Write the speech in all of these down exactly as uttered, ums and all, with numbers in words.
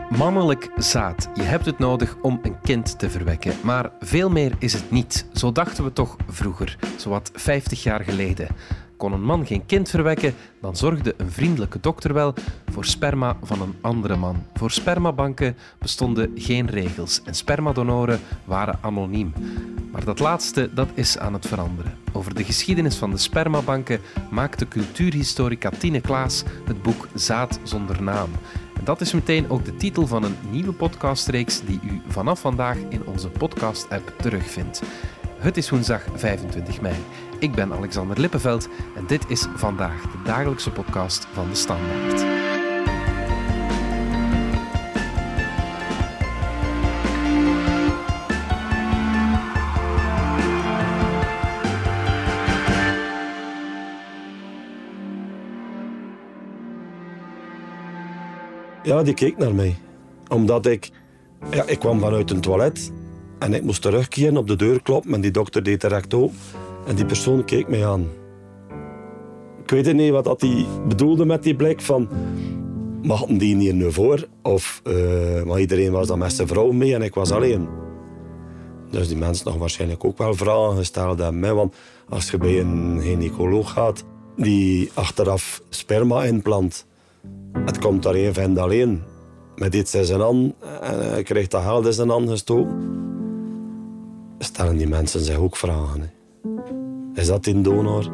Mannelijk zaad. Je hebt het nodig om een kind te verwekken. Maar veel meer is het niet. Zo dachten we toch vroeger, zowat vijftig jaar geleden. Kon een man geen kind verwekken, dan zorgde een vriendelijke dokter wel voor sperma van een andere man. Voor spermabanken bestonden geen regels en spermadonoren waren anoniem. Maar dat laatste, dat is aan het veranderen. Over de geschiedenis van de spermabanken maakte cultuurhistorica Tine Klaas het boek Zaad zonder naam. En dat is meteen ook de titel van een nieuwe podcastreeks die u vanaf vandaag in onze podcast-app terugvindt. Het is woensdag vijfentwintig mei. Ik ben Alexander Lippenveld en dit is Vandaag, de dagelijkse podcast van De Standaard. Ja, die keek naar mij. Omdat ik... Ja, ik kwam vanuit een toilet en ik moest terugkeren, op de deur kloppen en die dokter deed direct open. En die persoon keek mij aan. Ik weet niet wat hij bedoelde met die blik van... Mag die hier nu voor? Of, uh, maar iedereen was dan met zijn vrouw mee en ik was alleen. Dus die mensen nog waarschijnlijk ook wel vragen gesteld aan mij. Want als je bij een gynaecoloog gaat die achteraf sperma inplant... Het komt daar een vent alleen met iets in zijn hand en hij krijgt dat geld in zijn hand gestoken. Stellen die mensen zich ook vragen. Hè. Is dat een donor?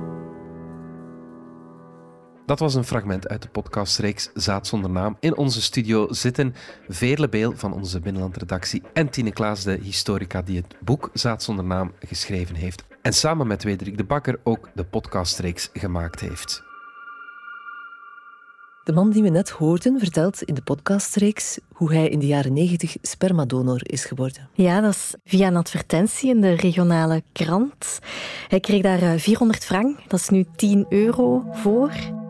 Dat was een fragment uit de podcastreeks Zaad zonder naam. In onze studio zitten Veerle Beel van onze binnenlandredactie en Tine Klaas, de historica die het boek Zaad zonder naam geschreven heeft. En samen met Wederik de Bakker ook de podcastreeks gemaakt heeft. De man die we net hoorden vertelt in de podcastreeks hoe hij in de jaren negentig spermadonor is geworden. Ja, dat is via een advertentie in de regionale krant. Hij kreeg daar vierhonderd frank, dat is nu tien euro voor.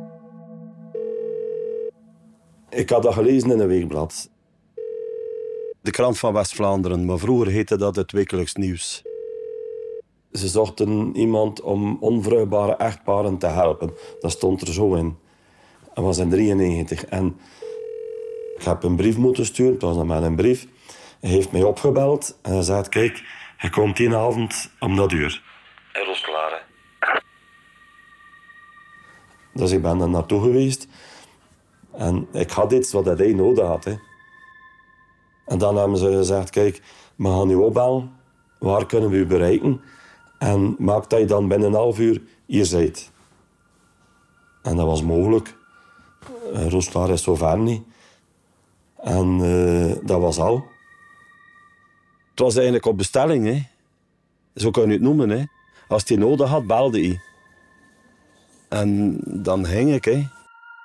Ik had dat gelezen in een weekblad. De krant van West-Vlaanderen, maar vroeger heette dat het Wekelijks Nieuws. Ze zochten iemand om onvruchtbare echtparen te helpen. Dat stond er zo in. Dat was in drieënnegentig. En ik heb een brief moeten sturen. Het was dan met een brief. Hij heeft mij opgebeld. En hij zei, kijk, je komt die avond om dat uur. In Roosklare. Dus ik ben er naartoe geweest. En ik had iets wat hij nodig had. Hè. En dan hebben ze gezegd, kijk, we gaan u opbellen. Waar kunnen we u bereiken? En maak dat je dan binnen een half uur hier bent. En dat was mogelijk. Uh, Roosklaar is zo ver niet. En uh, dat was al. Het was eigenlijk op bestelling. Hè. Zo kan je het noemen. Hè. Als hij nodig had, belde hij. En dan ging ik. Hè.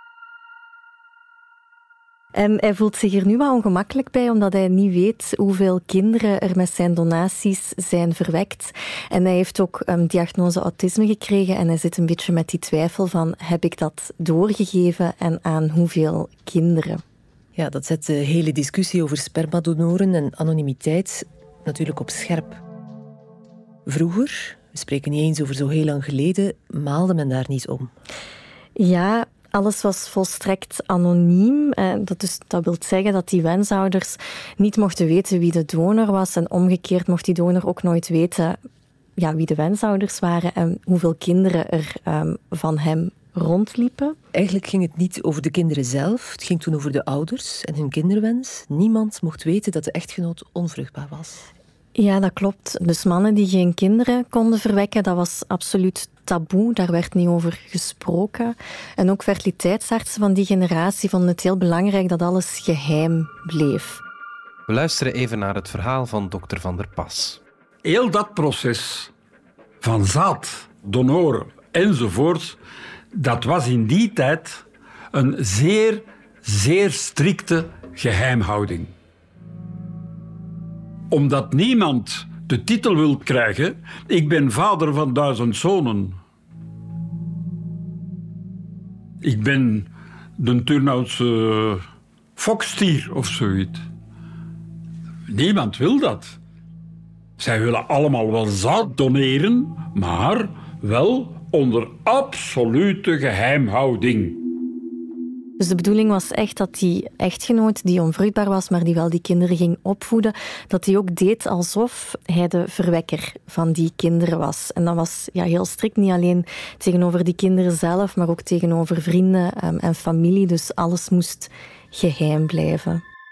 En hij voelt zich er nu wel ongemakkelijk bij, omdat hij niet weet hoeveel kinderen er met zijn donaties zijn verwekt. En hij heeft ook een diagnose autisme gekregen en hij zit een beetje met die twijfel van, heb ik dat doorgegeven en aan hoeveel kinderen? Ja, dat zet de hele discussie over spermadonoren en anonimiteit natuurlijk op scherp. Vroeger, we spreken niet eens over zo heel lang geleden, maalde men daar niet om. Ja, alles was volstrekt anoniem. Dat, dus, dat wil zeggen dat die wensouders niet mochten weten wie de donor was. En omgekeerd mocht die donor ook nooit weten ja, wie de wensouders waren en hoeveel kinderen er um, van hem rondliepen. Eigenlijk ging het niet over de kinderen zelf. Het ging toen over de ouders en hun kinderwens. Niemand mocht weten dat de echtgenoot onvruchtbaar was. Ja, dat klopt. Dus mannen die geen kinderen konden verwekken, dat was absoluut taboe. Daar werd niet over gesproken. En ook fertiliteitsartsen van die generatie vonden het heel belangrijk dat alles geheim bleef. We luisteren even naar het verhaal van dokter Van der Pas. Heel dat proces van zaad, donoren enzovoort, dat was in die tijd een zeer, zeer strikte geheimhouding. Omdat niemand de titel wil krijgen, ik ben vader van duizend zonen. Ik ben de Turnhoutse fokstier of zoiets. Niemand wil dat. Zij willen allemaal wel zaad doneren, maar wel onder absolute geheimhouding. Dus de bedoeling was echt dat die echtgenoot, die onvruchtbaar was, maar die wel die kinderen ging opvoeden, dat hij ook deed alsof hij de verwekker van die kinderen was. En dat was ja, heel strikt, niet alleen tegenover die kinderen zelf, maar ook tegenover vrienden um, en familie. Dus alles moest geheim blijven.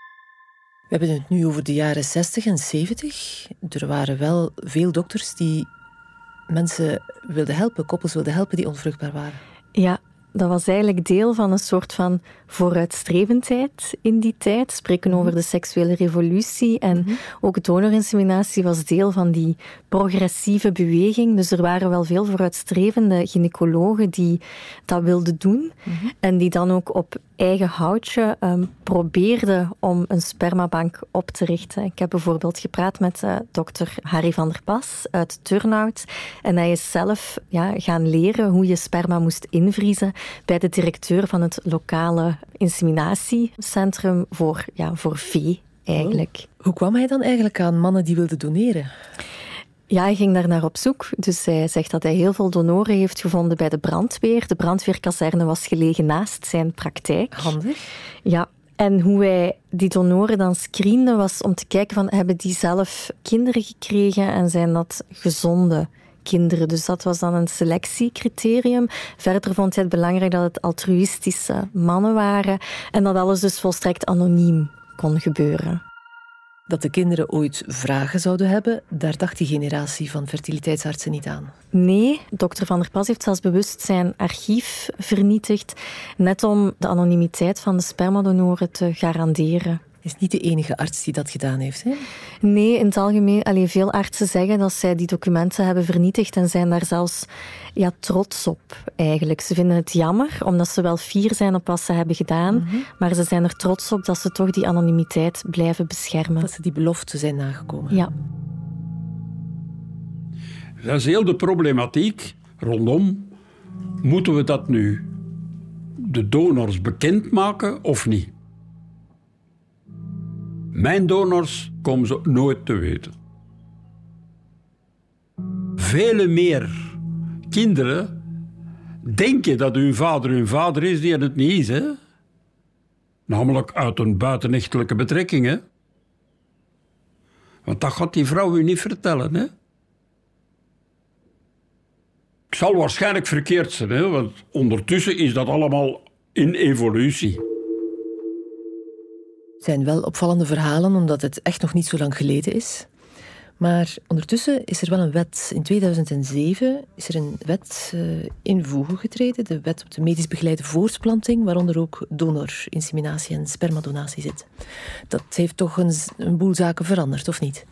We hebben het nu over de jaren zestig en zeventig. Er waren wel veel dokters die mensen wilden helpen, koppels wilden helpen die onvruchtbaar waren. Ja, dat was eigenlijk deel van een soort van vooruitstrevendheid in die tijd. Spreken over de seksuele revolutie. En mm-hmm. ook donorinseminatie was deel van die progressieve beweging. Dus er waren wel veel vooruitstrevende gynaecologen die dat wilden doen. Mm-hmm. En die dan ook op eigen houtje um, probeerden om een spermabank op te richten. Ik heb bijvoorbeeld gepraat met uh, dokter Harry van der Pas uit Turnhout. En hij is zelf ja, gaan leren hoe je sperma moest invriezen bij de directeur van het lokale inseminatiecentrum voor, ja, voor vee, eigenlijk. Oh. Hoe kwam hij dan eigenlijk aan mannen die wilden doneren? Ja, hij ging daar naar op zoek. Dus hij zegt dat hij heel veel donoren heeft gevonden bij de brandweer. De brandweerkazerne was gelegen naast zijn praktijk. Handig. Ja. En hoe wij die donoren dan screenden was om te kijken van, hebben die zelf kinderen gekregen en zijn dat gezonde kinderen. Dus dat was dan een selectiecriterium. Verder vond hij het belangrijk dat het altruïstische mannen waren en dat alles dus volstrekt anoniem kon gebeuren. Dat de kinderen ooit vragen zouden hebben, daar dacht die generatie van fertiliteitsartsen niet aan. Nee, dokter Van der Pas heeft zelfs bewust zijn archief vernietigd, net om de anonimiteit van de spermadonoren te garanderen. Hij is niet de enige arts die dat gedaan heeft, hè? Nee, in het algemeen, allee, veel artsen zeggen dat zij die documenten hebben vernietigd en zijn daar zelfs ja, trots op, eigenlijk. Ze vinden het jammer, omdat ze wel fier zijn op wat ze hebben gedaan, mm-hmm. maar ze zijn er trots op dat ze toch die anonimiteit blijven beschermen. Dat ze die belofte zijn nagekomen. Ja. Dat is heel de problematiek rondom. Moeten we dat nu de donors bekendmaken of niet? Mijn donors komen ze nooit te weten. Vele meer kinderen denken dat hun vader hun vader is die het niet is. Hè? Namelijk uit een buitenechtelijke betrekking. Hè? Want dat gaat die vrouw u niet vertellen. Hè? Ik zal waarschijnlijk verkeerd zijn, hè? Want ondertussen is dat allemaal in evolutie. Het zijn wel opvallende verhalen, omdat het echt nog niet zo lang geleden is. Maar ondertussen is er wel een wet. In tweeduizend zeven is er een wet uh, in voege getreden, de wet op de medisch begeleide voortplanting, waaronder ook donorinseminatie en spermadonatie zit. Dat heeft toch een, een boel zaken veranderd, of niet?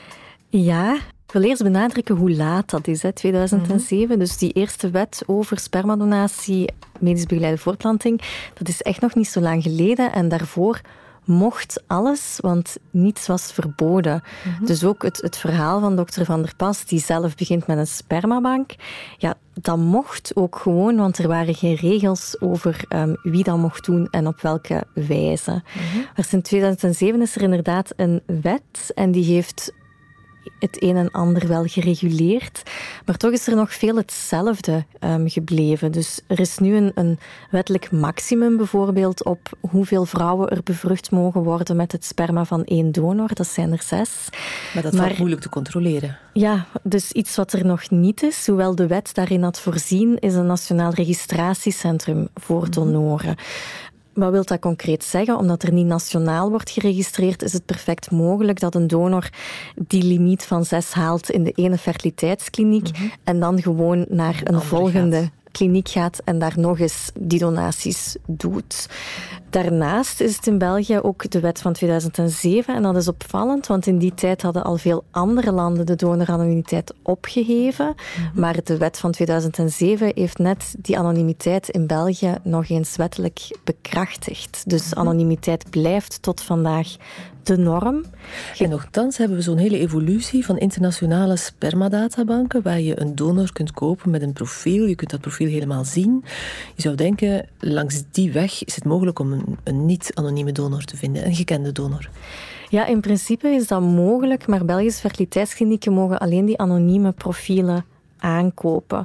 Ja, ik wil eerst benadrukken hoe laat dat is, hè, tweeduizend zeven. Mm-hmm. Dus die eerste wet over spermadonatie, medisch begeleide voortplanting, dat is echt nog niet zo lang geleden. En daarvoor mocht alles, want niets was verboden. Mm-hmm. Dus ook het, het verhaal van dokter Van der Pas, die zelf begint met een spermabank, ja, dat mocht ook gewoon, want er waren geen regels over um, wie dat mocht doen en op welke wijze. Mm-hmm. Maar sinds tweeduizend zeven is er inderdaad een wet en die heeft het een en ander wel gereguleerd, maar toch is er nog veel hetzelfde um, gebleven. Dus er is nu een, een wettelijk maximum bijvoorbeeld op hoeveel vrouwen er bevrucht mogen worden met het sperma van één donor. Dat zijn er zes. Maar dat valt moeilijk te controleren. Ja, dus iets wat er nog niet is, hoewel de wet daarin had voorzien, is een nationaal registratiecentrum voor donoren. Mm-hmm. Wat wil dat concreet zeggen? Omdat er niet nationaal wordt geregistreerd, is het perfect mogelijk dat een donor die limiet van zes haalt in de ene fertiliteitskliniek mm-hmm. en dan gewoon naar een volgende gaat. kliniek gaat en daar nog eens die donaties doet. Daarnaast is het in België ook de wet van tweeduizend zeven en dat is opvallend, want in die tijd hadden al veel andere landen de donoranonimiteit opgeheven, mm-hmm. maar de wet van tweeduizend zeven heeft net die anonimiteit in België nog eens wettelijk bekrachtigd. Dus mm-hmm. anonimiteit blijft tot vandaag de norm. En nochtans hebben we zo'n hele evolutie van internationale spermadatabanken waar je een donor kunt kopen met een profiel. Je kunt dat profiel helemaal zien. Je zou denken, langs die weg is het mogelijk om een, een niet-anonieme donor te vinden, een gekende donor. Ja, in principe is dat mogelijk, maar Belgische fertiliteitsklinieken mogen alleen die anonieme profielen aankopen.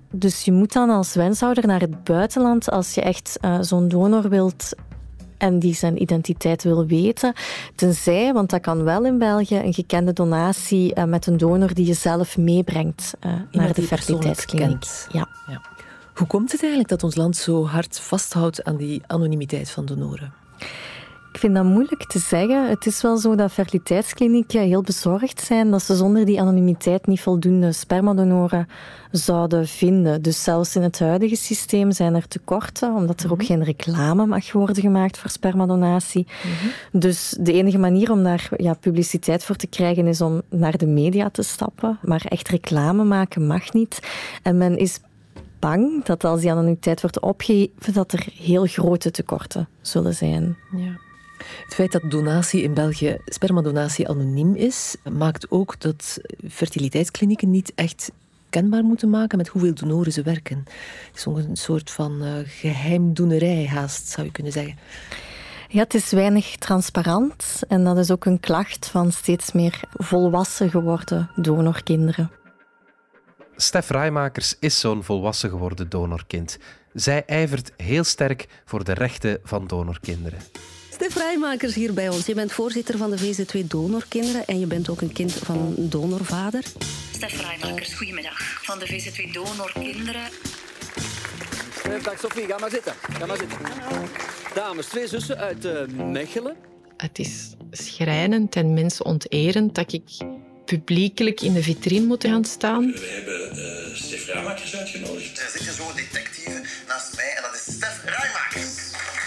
Dus je moet dan als wenshouder naar het buitenland als je echt uh, zo'n donor wilt en die zijn identiteit wil weten. Tenzij, want dat kan wel in België, een gekende donatie uh, met een donor die je zelf meebrengt uh, naar de fertiliteitskliniek. Ja. Ja. Hoe komt het eigenlijk dat ons land zo hard vasthoudt aan die anonimiteit van donoren? Ik vind dat moeilijk te zeggen. Het is wel zo dat fertiliteitsklinieken heel bezorgd zijn dat ze zonder die anonimiteit niet voldoende spermadonoren zouden vinden. Dus zelfs in het huidige systeem zijn er tekorten, omdat er ook geen reclame mag worden gemaakt voor spermadonatie. Mm-hmm. Dus de enige manier om daar ja, publiciteit voor te krijgen is om naar de media te stappen. Maar echt reclame maken mag niet. En men is bang dat als die anonimiteit wordt opgegeven, dat er heel grote tekorten zullen zijn. Ja. Het feit dat donatie in België, spermadonatie, anoniem is, maakt ook dat fertiliteitsklinieken niet echt kenbaar moeten maken met hoeveel donoren ze werken. Het is een soort van uh, geheimdoenerij haast, zou je kunnen zeggen. Ja, het is weinig transparant en dat is ook een klacht van steeds meer volwassen geworden donorkinderen. Stef Rijmakers is zo'n volwassen geworden donorkind. Zij ijvert heel sterk voor de rechten van donorkinderen. Stef Rijmakers hier bij ons. Je bent voorzitter van de V Z twee Donorkinderen en je bent ook een kind van een donorvader. Stef Rijmakers, goedemiddag. Van de V Z twee Donorkinderen. Dag Sophie, ga maar zitten. Ga maar zitten. Dames, twee zussen uit uh, Mechelen. Het is schrijnend en mensonterend dat ik publiekelijk in de vitrine moet gaan staan. We hebben uh, Stef Rijmakers uitgenodigd. Er zit je zo'n detectieve naast mij en dat is Stef Rijmakers.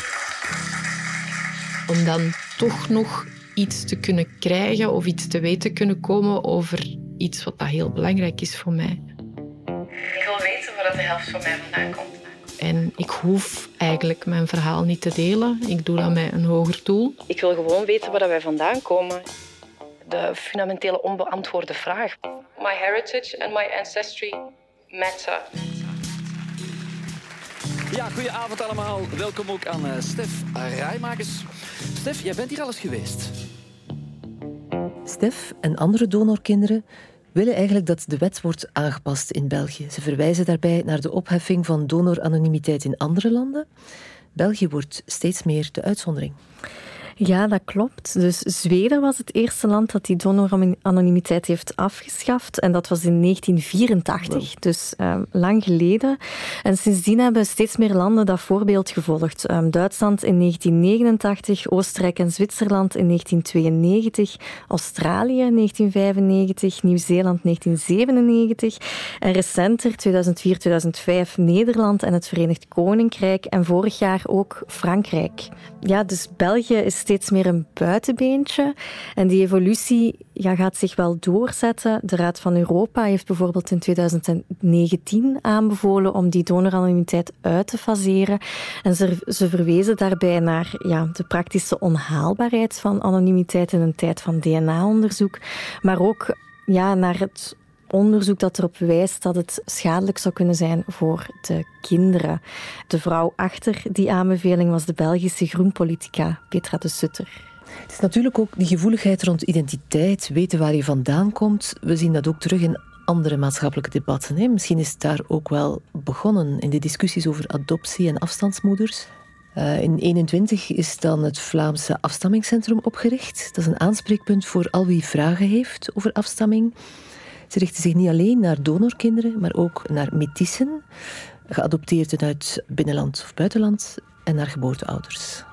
Om dan toch nog iets te kunnen krijgen of iets te weten kunnen komen over iets wat dat heel belangrijk is voor mij. Ik wil weten waar de helft van mij vandaan komt. En ik hoef eigenlijk mijn verhaal niet te delen. Ik doe dat met een hoger doel. Ik wil gewoon weten waar wij vandaan komen. De fundamentele onbeantwoorde vraag. My heritage and my ancestry matter. Ja, goedenavond allemaal. Welkom ook aan uh, Stef Rijmakers. Stef, jij bent hier al eens geweest. Stef en andere donorkinderen willen eigenlijk dat de wet wordt aangepast in België. Ze verwijzen daarbij naar de opheffing van donoranonimiteit in andere landen. België wordt steeds meer de uitzondering. Ja, dat klopt. Dus Zweden was het eerste land dat die donoranonimiteit heeft afgeschaft. En dat was in negentien vierentachtig, wow. dus um, lang geleden. En sindsdien hebben steeds meer landen dat voorbeeld gevolgd. Um, Duitsland in negentien negenentachtig, Oostenrijk en Zwitserland in negentien tweeënnegentig, Australië in negentien vijfennegentig, Nieuw-Zeeland negentien zevenennegentig en recenter, tweeduizend vier tweeduizend vijf, Nederland en het Verenigd Koninkrijk en vorig jaar ook Frankrijk. Ja, dus België is steeds meer een buitenbeentje. En die evolutie ja, gaat zich wel doorzetten. De Raad van Europa heeft bijvoorbeeld in tweeduizend negentien aanbevolen om die donoranonimiteit uit te faseren. En ze, ze verwezen daarbij naar ja, de praktische onhaalbaarheid van anonimiteit in een tijd van D N A-onderzoek. Maar ook ja, naar het onderzoek dat erop wijst dat het schadelijk zou kunnen zijn voor de kinderen. De vrouw achter die aanbeveling was de Belgische groenpolitica Petra de Sutter. Het is natuurlijk ook die gevoeligheid rond identiteit, weten waar je vandaan komt. We zien dat ook terug in andere maatschappelijke debatten. Hè? Misschien is het daar ook wel begonnen in de discussies over adoptie en afstandsmoeders. Uh, in eenentwintig is dan het Vlaamse Afstammingscentrum opgericht. Dat is een aanspreekpunt voor al wie vragen heeft over afstamming. Ze richten zich niet alleen naar donorkinderen, maar ook naar metissen, geadopteerden uit binnenland of buitenland, en naar geboorteouders.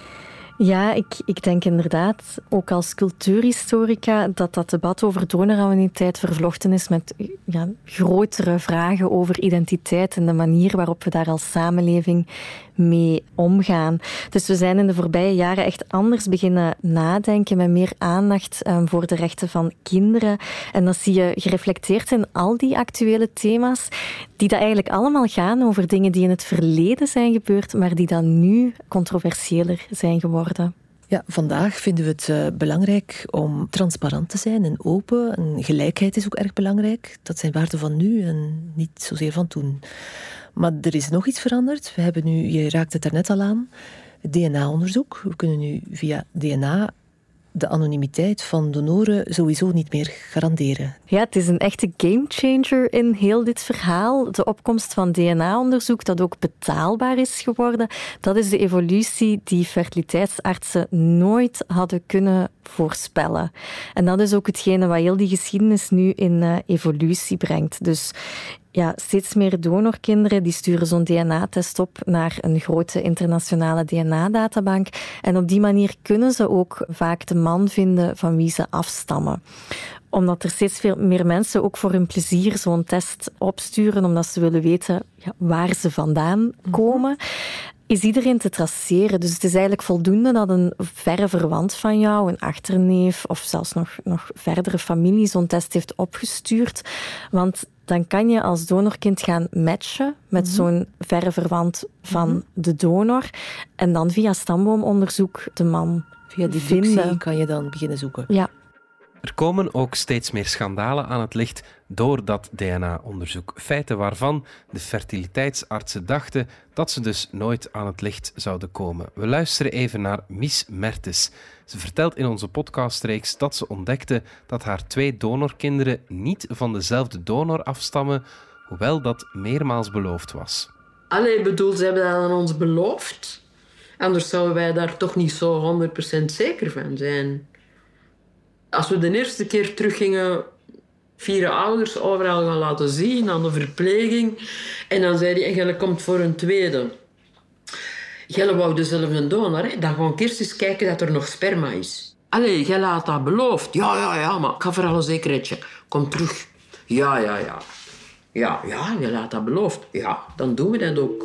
Ja, ik, ik denk inderdaad, ook als cultuurhistorica, dat dat debat over donoranonimiteit vervlochten is met ja, grotere vragen over identiteit en de manier waarop we daar als samenleving mee omgaan. Dus we zijn in de voorbije jaren echt anders beginnen nadenken met meer aandacht um, voor de rechten van kinderen. En dat zie je gereflecteerd in al die actuele thema's, die dat eigenlijk allemaal gaan over dingen die in het verleden zijn gebeurd, maar die dan nu controversiëler zijn geworden. Ja, vandaag vinden we het uh, belangrijk om transparant te zijn en open. En gelijkheid is ook erg belangrijk. Dat zijn waarden van nu en niet zozeer van toen. Maar er is nog iets veranderd. We hebben nu, je raakte het daarnet al aan, het D N A-onderzoek. We kunnen nu via D N A de anonimiteit van donoren sowieso niet meer garanderen. Ja, het is een echte gamechanger in heel dit verhaal. De opkomst van D N A-onderzoek dat ook betaalbaar is geworden, dat is de evolutie die fertiliteitsartsen nooit hadden kunnen voorspellen. En dat is ook hetgene wat heel die geschiedenis nu in uh, evolutie brengt. Dus ja, steeds meer donorkinderen die sturen zo'n D N A-test op naar een grote internationale D N A-databank. En op die manier kunnen ze ook vaak de man vinden van wie ze afstammen. Omdat er steeds veel meer mensen ook voor hun plezier zo'n test opsturen, omdat ze willen weten ja, waar ze vandaan komen, is iedereen te traceren. Dus het is eigenlijk voldoende dat een verre verwant van jou, een achterneef of zelfs nog, nog verdere familie zo'n test heeft opgestuurd. Want dan kan je als donorkind gaan matchen met mm-hmm. zo'n verre verwant van mm-hmm. de donor en dan via stamboomonderzoek de man via die vinden. Kan je dan beginnen zoeken. Ja. Er komen ook steeds meer schandalen aan het licht door dat D N A-onderzoek. Feiten waarvan de fertiliteitsartsen dachten dat ze dus nooit aan het licht zouden komen. We luisteren even naar Mies Mertens. Ze vertelt in onze podcastreeks dat ze ontdekte dat haar twee donorkinderen niet van dezelfde donor afstammen, hoewel dat meermaals beloofd was. Allee, bedoel, ze hebben dat aan ons beloofd. Anders zouden wij daar toch niet zo honderd procent zeker van zijn. Als we de eerste keer teruggingen, vier ouders overal gaan laten zien aan de verpleging. En dan zei hij, en jij komt voor een tweede. Jij wou dezelfde donor, hè? Dan gewoon eerst eens kijken dat er nog sperma is. Allee, jij laat dat beloofd. Ja, ja, ja, maar ik ga voor alle zekerheidje. Kom terug. Ja, ja, ja. Ja, ja, jij laat dat beloofd. Ja, dan doen we dat ook.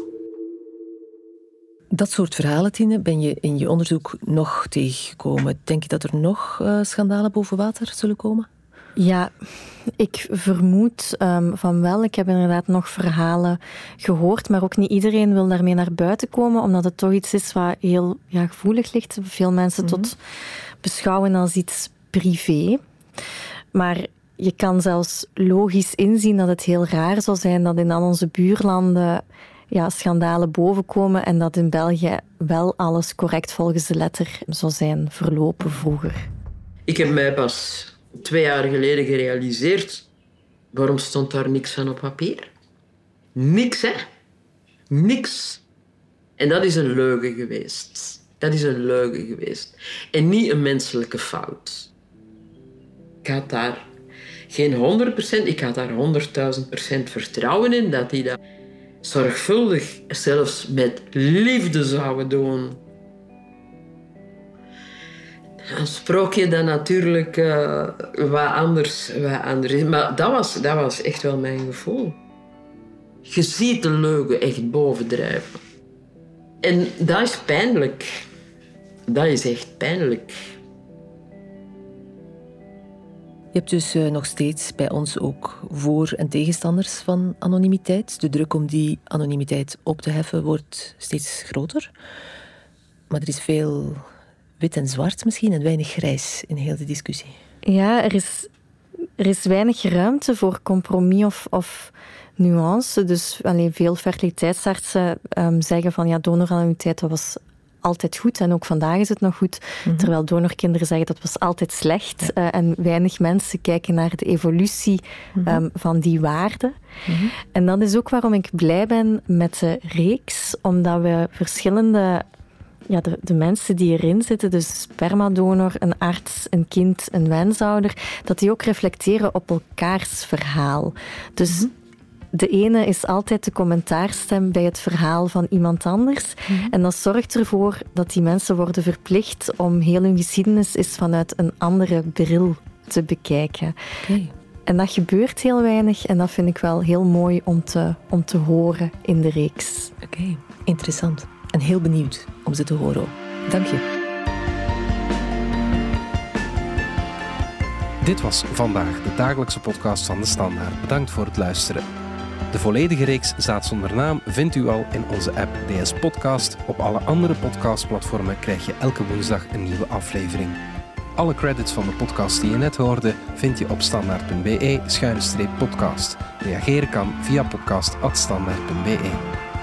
Dat soort verhalen, Tine, ben je in je onderzoek nog tegengekomen. Denk je dat er nog uh, schandalen boven water zullen komen? Ja, ik vermoed um, van wel. Ik heb inderdaad nog verhalen gehoord, maar ook niet iedereen wil daarmee naar buiten komen, omdat het toch iets is wat heel ja, gevoelig ligt. Veel mensen mm-hmm. tot beschouwen als iets privé. Maar je kan zelfs logisch inzien dat het heel raar zou zijn dat in al onze buurlanden ja, schandalen bovenkomen en dat in België wel alles correct volgens de letter zou zijn verlopen vroeger. Ik heb mij pas twee jaar geleden gerealiseerd, waarom stond daar niks van op papier? Niks, hè? Niks. En dat is een leugen geweest. Dat is een leugen geweest. En niet een menselijke fout. Ik had daar geen honderd procent, ik had daar honderdduizend procent vertrouwen in dat die dat zorgvuldig, zelfs met liefde zouden doen. Een sprookje dat natuurlijk uh, wat, anders, wat anders is. Maar dat was, dat was echt wel mijn gevoel. Je ziet de leugen echt bovendrijven. En dat is pijnlijk. Dat is echt pijnlijk. Je hebt dus uh, nog steeds bij ons ook voor- en tegenstanders van anonimiteit. De druk om die anonimiteit op te heffen wordt steeds groter. Maar er is veel wit en zwart misschien en weinig grijs in heel de discussie. Ja, er is, er is weinig ruimte voor compromis of, of nuance. Dus alleen veel fertiliteitsartsen um, zeggen van ja, donoranonimiteit dat was altijd goed en ook vandaag is het nog goed. Mm-hmm. Terwijl donorkinderen zeggen dat was altijd slecht. Ja. Uh, en weinig mensen kijken naar de evolutie mm-hmm. um, van die waarden. Mm-hmm. En dat is ook waarom ik blij ben met de reeks, omdat we verschillende Ja, de, de mensen die erin zitten, dus spermadonor, een arts, een kind, een wensouder, dat die ook reflecteren op elkaars verhaal. Dus mm-hmm. de ene is altijd de commentaarstem bij het verhaal van iemand anders. Mm-hmm. En dat zorgt ervoor dat die mensen worden verplicht om heel hun geschiedenis eens vanuit een andere bril te bekijken. Okay. En dat gebeurt heel weinig en dat vind ik wel heel mooi om te, om te horen in de reeks. Oké, okay. Interessant. En heel benieuwd om ze te horen. Dank je. Dit was Vandaag, de dagelijkse podcast van De Standaard. Bedankt voor het luisteren. De volledige reeks Zaad zonder naam vindt u al in onze app D S Podcast. Op alle andere podcastplatformen krijg je elke woensdag een nieuwe aflevering. Alle credits van de podcast die je net hoorde vind je op standaard punt be schuine streep podcast. Reageren kan via podcast apenstaartje standaard punt be.